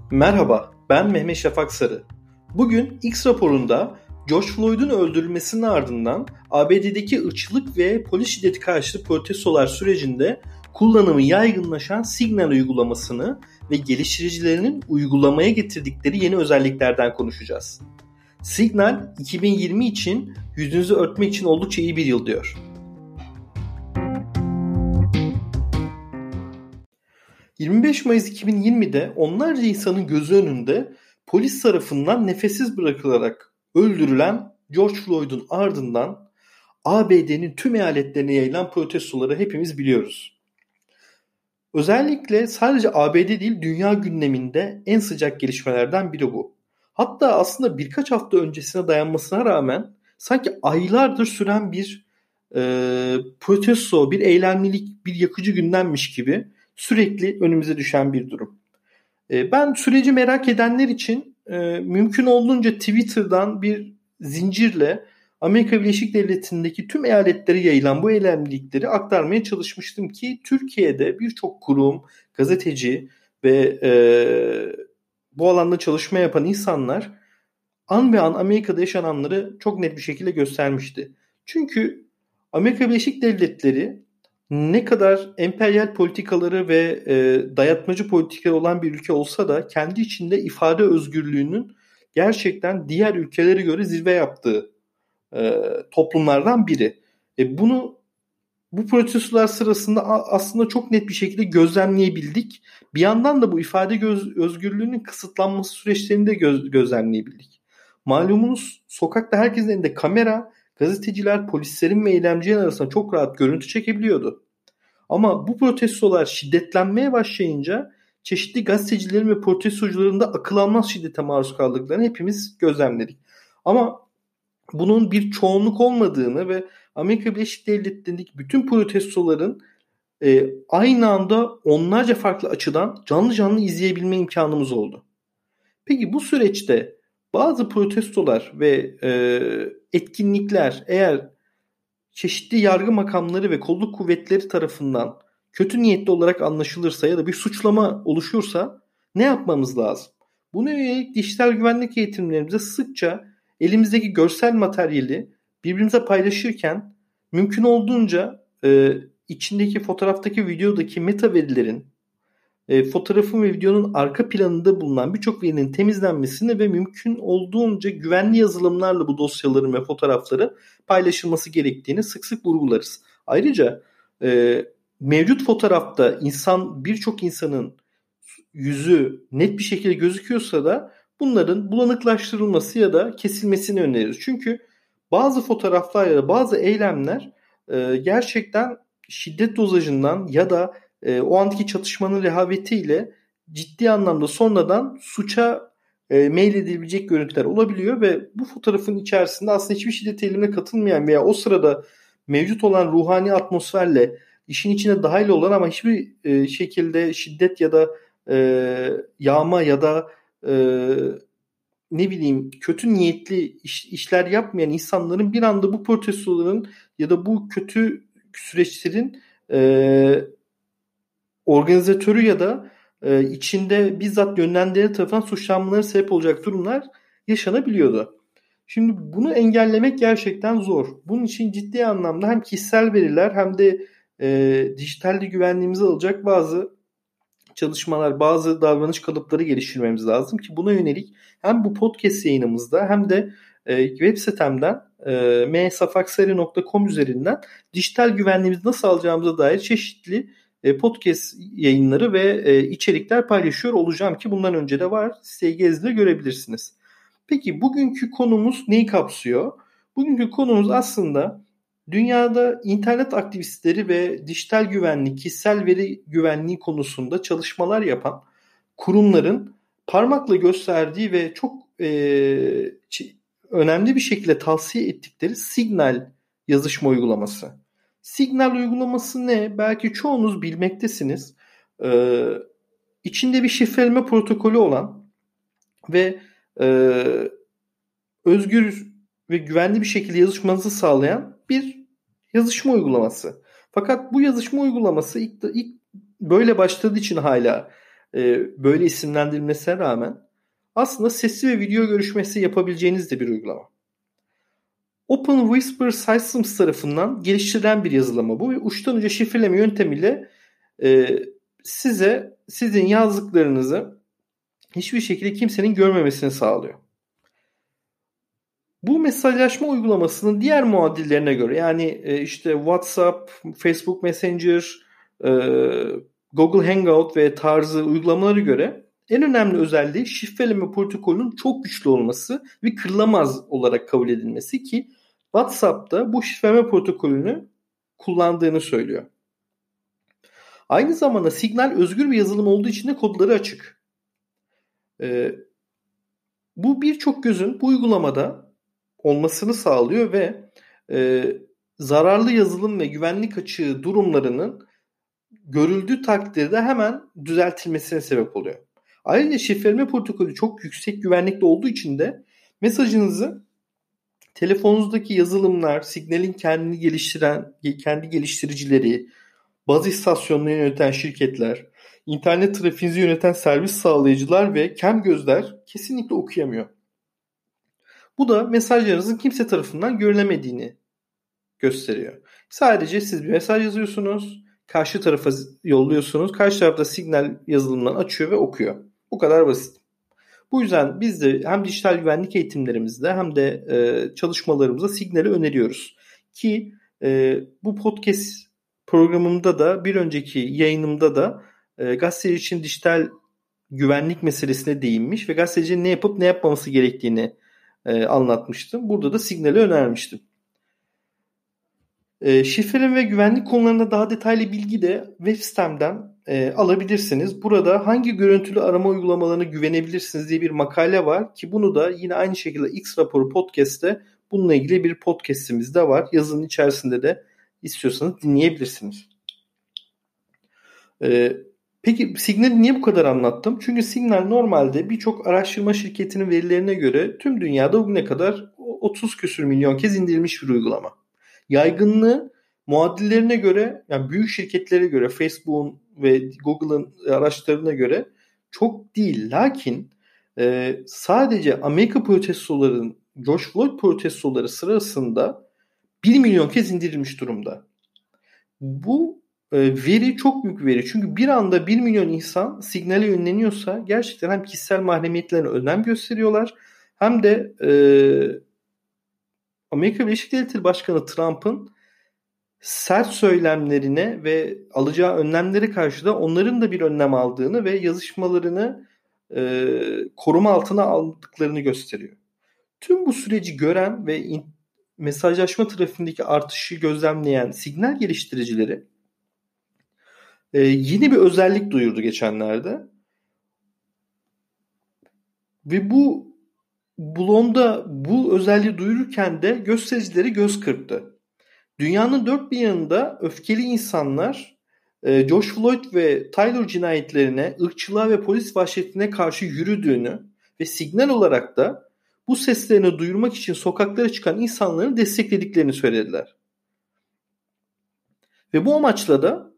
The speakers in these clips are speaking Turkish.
Merhaba, ben Mehmet Şafak Sarı. Bugün X raporunda George Floyd'un öldürülmesinin ardından ABD'deki ırkçılık ve polis şiddeti karşıtı protestolar sürecinde kullanımı yaygınlaşan Signal uygulamasını ve geliştiricilerinin uygulamaya getirdikleri yeni özelliklerden konuşacağız. Signal 2020 için yüzünüzü örtmek için oldukça iyi bir yıl diyor. ...25 Mayıs 2020'de onlarca insanın gözü önünde polis tarafından nefessiz bırakılarak öldürülen George Floyd'un ardından ABD'nin tüm eyaletlerine yayılan protestoları hepimiz biliyoruz. Özellikle sadece ABD değil, dünya gündeminde en sıcak gelişmelerden biri bu. Hatta aslında birkaç hafta öncesine dayanmasına rağmen sanki aylardır süren bir protesto, bir eylemlilik, bir yakıcı gündemmiş gibi sürekli önümüze düşen bir durum. Ben süreci merak edenler için mümkün olduğunca Twitter'dan bir zincirle Amerika Birleşik Devletleri'ndeki tüm eyaletlere yayılan bu eylemlilikleri aktarmaya çalışmıştım ki Türkiye'de birçok kurum, gazeteci ve bu alanda çalışma yapan insanlar an be an Amerika'da yaşananları çok net bir şekilde göstermişti. Çünkü Amerika Birleşik Devletleri ne kadar emperyal politikaları ve dayatmacı politikaları olan bir ülke olsa da kendi içinde ifade özgürlüğünün gerçekten diğer ülkelere göre zirve yaptığı toplumlardan biri. Bu protestolar sırasında aslında çok net bir şekilde gözlemleyebildik. Bir yandan da bu ifade özgürlüğünün kısıtlanması süreçlerini de gözlemleyebildik. Malumunuz sokakta herkesin elinde kamera, gazeteciler, polislerin ve eylemcilerin arasında çok rahat görüntü çekebiliyordu. Ama bu protestolar şiddetlenmeye başlayınca çeşitli gazetecilerin ve protestocuların da akıl almaz şiddete maruz kaldıklarını hepimiz gözlemledik. Ama bunun bir çoğunluk olmadığını ve Amerika Birleşik Devletleri'ndeki bütün protestoların aynı anda onlarca farklı açıdan canlı canlı izleyebilme imkanımız oldu. Peki bu süreçte bazı protestolar ve etkinlikler eğer çeşitli yargı makamları ve kolluk kuvvetleri tarafından kötü niyetli olarak anlaşılırsa ya da bir suçlama oluşursa ne yapmamız lazım? Buna yönelik dijital güvenlik eğitimlerimizde sıkça elimizdeki görsel materyali birbirimize paylaşırken mümkün olduğunca içindeki fotoğraftaki videodaki meta verilerin fotoğrafın ve videonun arka planında bulunan birçok verinin temizlenmesini ve mümkün olduğunca güvenli yazılımlarla bu dosyaların ve fotoğrafları paylaşılması gerektiğini sık sık vurgularız. Ayrıca mevcut fotoğrafta birçok insanın yüzü net bir şekilde gözüküyorsa da bunların bulanıklaştırılması ya da kesilmesini öneririz. Çünkü bazı fotoğraflar ya da bazı eylemler gerçekten şiddet dozajından ya da o andaki çatışmanın rehavetiyle ciddi anlamda sonradan suça meyledilebilecek görüntüler olabiliyor ve bu fotoğrafın içerisinde aslında hiçbir şiddet eylemine katılmayan veya o sırada mevcut olan ruhani atmosferle işin içine dahil olan ama hiçbir şekilde şiddet ya da yağma ya da kötü niyetli işler yapmayan insanların bir anda bu protestoların ya da bu kötü süreçlerin organizatörü ya da içinde bizzat yönlendiren tarafından suçlanmaları sebep olacak durumlar yaşanabiliyordu. Şimdi bunu engellemek gerçekten zor. Bunun için ciddi anlamda hem kişisel veriler hem de dijitalde güvenliğimizi alacak bazı çalışmalar, bazı davranış kalıpları geliştirmemiz lazım ki buna yönelik hem bu podcast yayınımızda hem de web sitemden msafaksari.com üzerinden dijital güvenliğimizi nasıl alacağımıza dair çeşitli podcast yayınları ve içerikler paylaşıyor olacağım ki bundan önce de var. Siteyi gezdiğinde görebilirsiniz. Peki bugünkü konumuz neyi kapsıyor? Bugünkü konumuz aslında dünyada internet aktivistleri ve dijital güvenlik, kişisel veri güvenliği konusunda çalışmalar yapan kurumların parmakla gösterdiği ve çok önemli bir şekilde tavsiye ettikleri Signal yazışma uygulaması. Signal uygulaması ne? Belki çoğunuz bilmektesiniz. İçinde bir şifreleme protokolü olan ve özgür ve güvenli bir şekilde yazışmanızı sağlayan bir yazışma uygulaması. Fakat bu yazışma uygulaması ilk böyle başladığı için hala böyle isimlendirilmesine rağmen aslında sesli ve video görüşmesi yapabileceğiniz de bir uygulama. Open Whisper Systems tarafından geliştirilen bir yazılama bu ve uçtan uca şifreleme yöntemiyle size sizin yazdıklarınızı hiçbir şekilde kimsenin görmemesini sağlıyor. Bu mesajlaşma uygulamasının diğer muadillerine göre yani işte WhatsApp, Facebook Messenger, Google Hangout ve tarzı uygulamalara göre en önemli özelliği şifreleme protokolünün çok güçlü olması ve kırılamaz olarak kabul edilmesi ki WhatsApp'ta bu şifreleme protokolünü kullandığını söylüyor. Aynı zamanda Signal özgür bir yazılım olduğu için de kodları açık. Bu birçok gözün bu uygulamada olmasını sağlıyor ve zararlı yazılım ve güvenlik açığı durumlarının görüldüğü takdirde hemen düzeltilmesine sebep oluyor. Ayrıca şifreleme protokolü çok yüksek güvenlikli olduğu için de mesajınızı telefonunuzdaki yazılımlar, Signal'in kendi geliştiricileri, baz istasyonunu yöneten şirketler, internet trafiğinizi yöneten servis sağlayıcılar ve kem gözler kesinlikle okuyamıyor. Bu da mesajlarınızın kimse tarafından görülemediğini gösteriyor. Sadece siz bir mesaj yazıyorsunuz, karşı tarafa yolluyorsunuz, karşı tarafta Signal yazılımından açıyor ve okuyor. Bu kadar basit. Bu yüzden biz de hem dijital güvenlik eğitimlerimizde hem de çalışmalarımızda Signal'i öneriyoruz. Ki bu podcast programımda da bir önceki yayınımda da gazeteci için dijital güvenlik meselesine değinmiş ve gazetecinin ne yapıp ne yapmaması gerektiğini anlatmıştım. Burada da Signal'i önermiştim. Şifreleme ve güvenlik konularında daha detaylı bilgi de web sitemden alabilirsiniz. Burada hangi görüntülü arama uygulamalarına güvenebilirsiniz diye bir makale var ki bunu da yine aynı şekilde X Raporu Podcast'te bununla ilgili bir podcast'imiz de var. Yazının içerisinde de istiyorsanız dinleyebilirsiniz. Peki Signal'i niye bu kadar anlattım? Çünkü Signal normalde birçok araştırma şirketinin verilerine göre tüm dünyada bugüne kadar 30 küsür milyon kez indirilmiş bir uygulama. Yaygınlığı muadillerine göre yani büyük şirketlere göre Facebook'un ve Google'ın araçlarına göre çok değil. Lakin sadece Amerika protestolarının George Floyd protestoları sırasında 1 milyon kez indirilmiş durumda. Bu veri çok büyük bir veri. Çünkü bir anda 1 milyon insan Signal'e yönleniyorsa gerçekten hem kişisel mahremiyetlerine önem gösteriyorlar hem de Amerika Birleşik Devletleri Başkanı Trump'ın sert söylemlerine ve alacağı önlemlere karşı da onların da bir önlem aldığını ve yazışmalarını koruma altına aldıklarını gösteriyor. Tüm bu süreci gören ve mesajlaşma trafiğindeki artışı gözlemleyen Signal geliştiricileri yeni bir özellik duyurdu geçenlerde. Ve bu blogda bu özelliği duyururken de göstericileri göz kırptı. Dünyanın dört bir yanında öfkeli insanlar George Floyd ve Tyler cinayetlerine, ırkçılığa ve polis vahşetine karşı yürüdüğünü ve Signal olarak da bu seslerini duyurmak için sokaklara çıkan insanların desteklediklerini söylediler. Ve bu amaçla da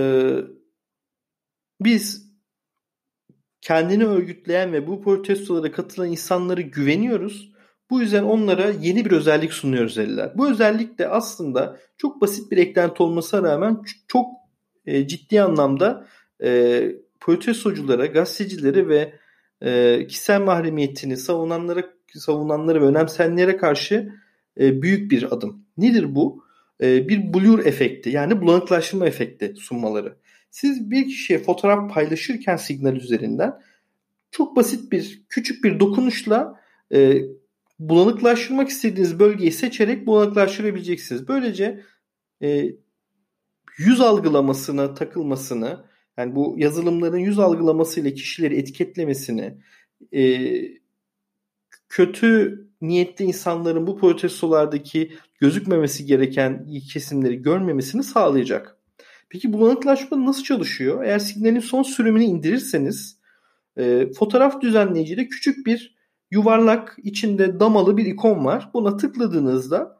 biz kendini örgütleyen ve bu protestolara katılan insanlara güveniyoruz. Bu yüzden onlara yeni bir özellik sunuyoruz dediler. Bu özellik de aslında çok basit bir eklenti olmasına rağmen çok ciddi anlamda protestoculara, gazetecilere ve kişisel mahremiyetini savunanlara ve önemsenlere karşı büyük bir adım. Nedir bu? Bir blur efekti yani bulanıklaştırma efekti sunmaları. Siz bir kişiye fotoğraf paylaşırken Signal üzerinden çok basit küçük bir dokunuşla bulanıklaştırmak istediğiniz bölgeyi seçerek bulanıklaştırabileceksiniz. Böylece yüz algılamasına takılmasını yani bu yazılımların yüz algılamasıyla kişileri etiketlemesini kötü niyetli insanların bu protestolardaki gözükmemesi gereken kesimleri görmemesini sağlayacak. Peki bulanıklaşma nasıl çalışıyor? Eğer Signal'in son sürümünü indirirseniz fotoğraf düzenleyicide küçük bir yuvarlak içinde damalı bir ikon var. Buna tıkladığınızda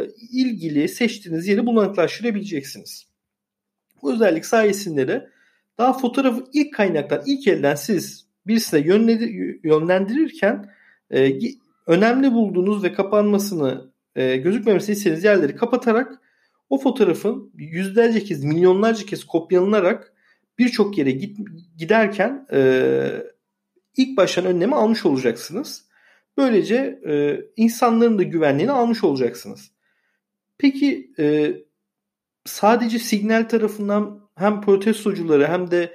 ilgili seçtiğiniz yeri bulanıklaştırabileceksiniz. Bu özellik sayesinde de Daha fotoğrafı ilk kaynaktan, ilk elden siz birisine yönlendirirken önemli bulduğunuz ve kapanmasını gözükmemesini istediğiniz yerleri kapatarak o fotoğrafın yüzlerce kez, milyonlarca kez kopyalanarak birçok yere giderken ilk baştan önlemi almış olacaksınız. Böylece insanların da güvenliğini almış olacaksınız. Peki sadece Signal tarafından hem protestocuları hem de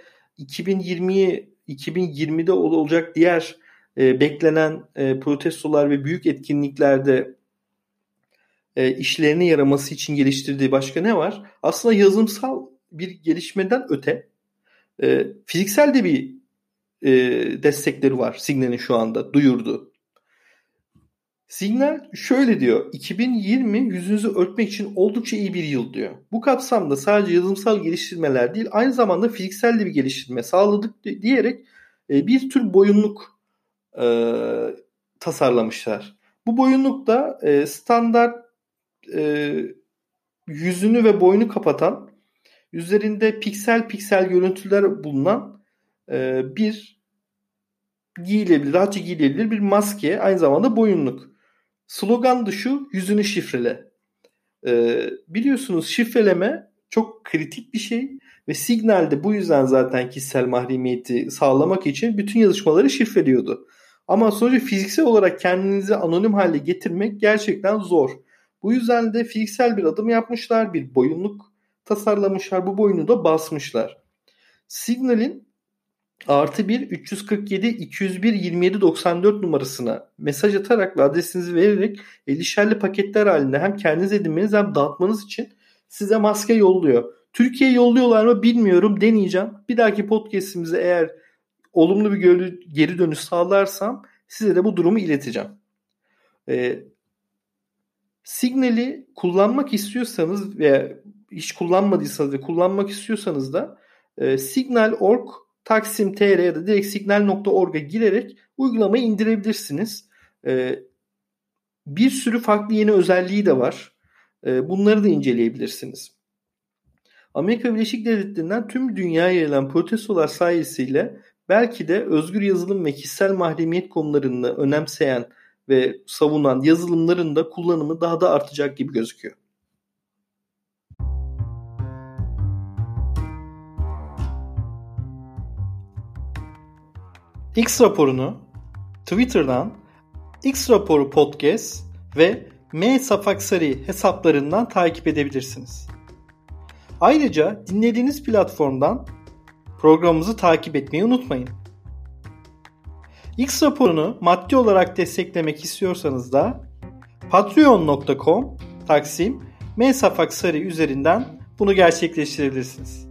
2020'de olacak diğer beklenen protestolar ve büyük etkinliklerde işlerine yaraması için geliştirdiği başka ne var? Aslında yazılımsal bir gelişmeden öte fiziksel de bir destekleri var Signal'in şu anda duyurduğu. Signal şöyle diyor, 2020 yüzünüzü örtmek için oldukça iyi bir yıl diyor. Bu kapsamda sadece yazılımsal geliştirmeler değil, aynı zamanda fiziksel de bir geliştirme sağladık diyerek bir tür boyunluk tasarlamışlar. Bu boyunluk da standart yüzünü ve boynu kapatan, üzerinde piksel piksel görüntüler bulunan bir rahatça giyilebilir bir maske, aynı zamanda boyunluk. Slogan da şu: yüzünü şifrele. Biliyorsunuz şifreleme çok kritik bir şey ve Signal'de bu yüzden zaten kişisel mahremiyeti sağlamak için bütün yazışmaları şifreliyordu. Ama sonuçta fiziksel olarak kendinizi anonim hale getirmek gerçekten zor. Bu yüzden de fiziksel bir adım yapmışlar, bir boyunluk tasarlamışlar, bu boyunu da basmışlar. Signal'in +1 347 201 27 94 numarasına mesaj atarak ve adresinizi vererek 50'şerli paketler halinde hem kendiniz edinmeniz hem dağıtmanız için size maske yolluyor. Türkiye'ye yolluyorlar mı bilmiyorum, deneyeceğim. Bir dahaki podcast'imize eğer olumlu bir geri dönüş sağlarsam size de bu durumu ileteceğim. Signal'i kullanmak istiyorsanız veya hiç kullanmadıysanız ve kullanmak istiyorsanız da Signal.org Taksim.tr ya da direkt signal.org'a girerek uygulamayı indirebilirsiniz. Bir sürü farklı yeni özelliği de var. Bunları da inceleyebilirsiniz. Amerika Birleşik Devletleri'nden tüm dünyaya yayılan protestolar sayesinde belki de özgür yazılım ve kişisel mahremiyet konularını önemseyen ve savunan yazılımların da kullanımı daha da artacak gibi gözüküyor. X raporunu Twitter'dan X raporu podcast ve M Safaksari hesaplarından takip edebilirsiniz. Ayrıca dinlediğiniz platformdan programımızı takip etmeyi unutmayın. X raporunu maddi olarak desteklemek istiyorsanız da patreon.com/M Safaksari üzerinden bunu gerçekleştirebilirsiniz.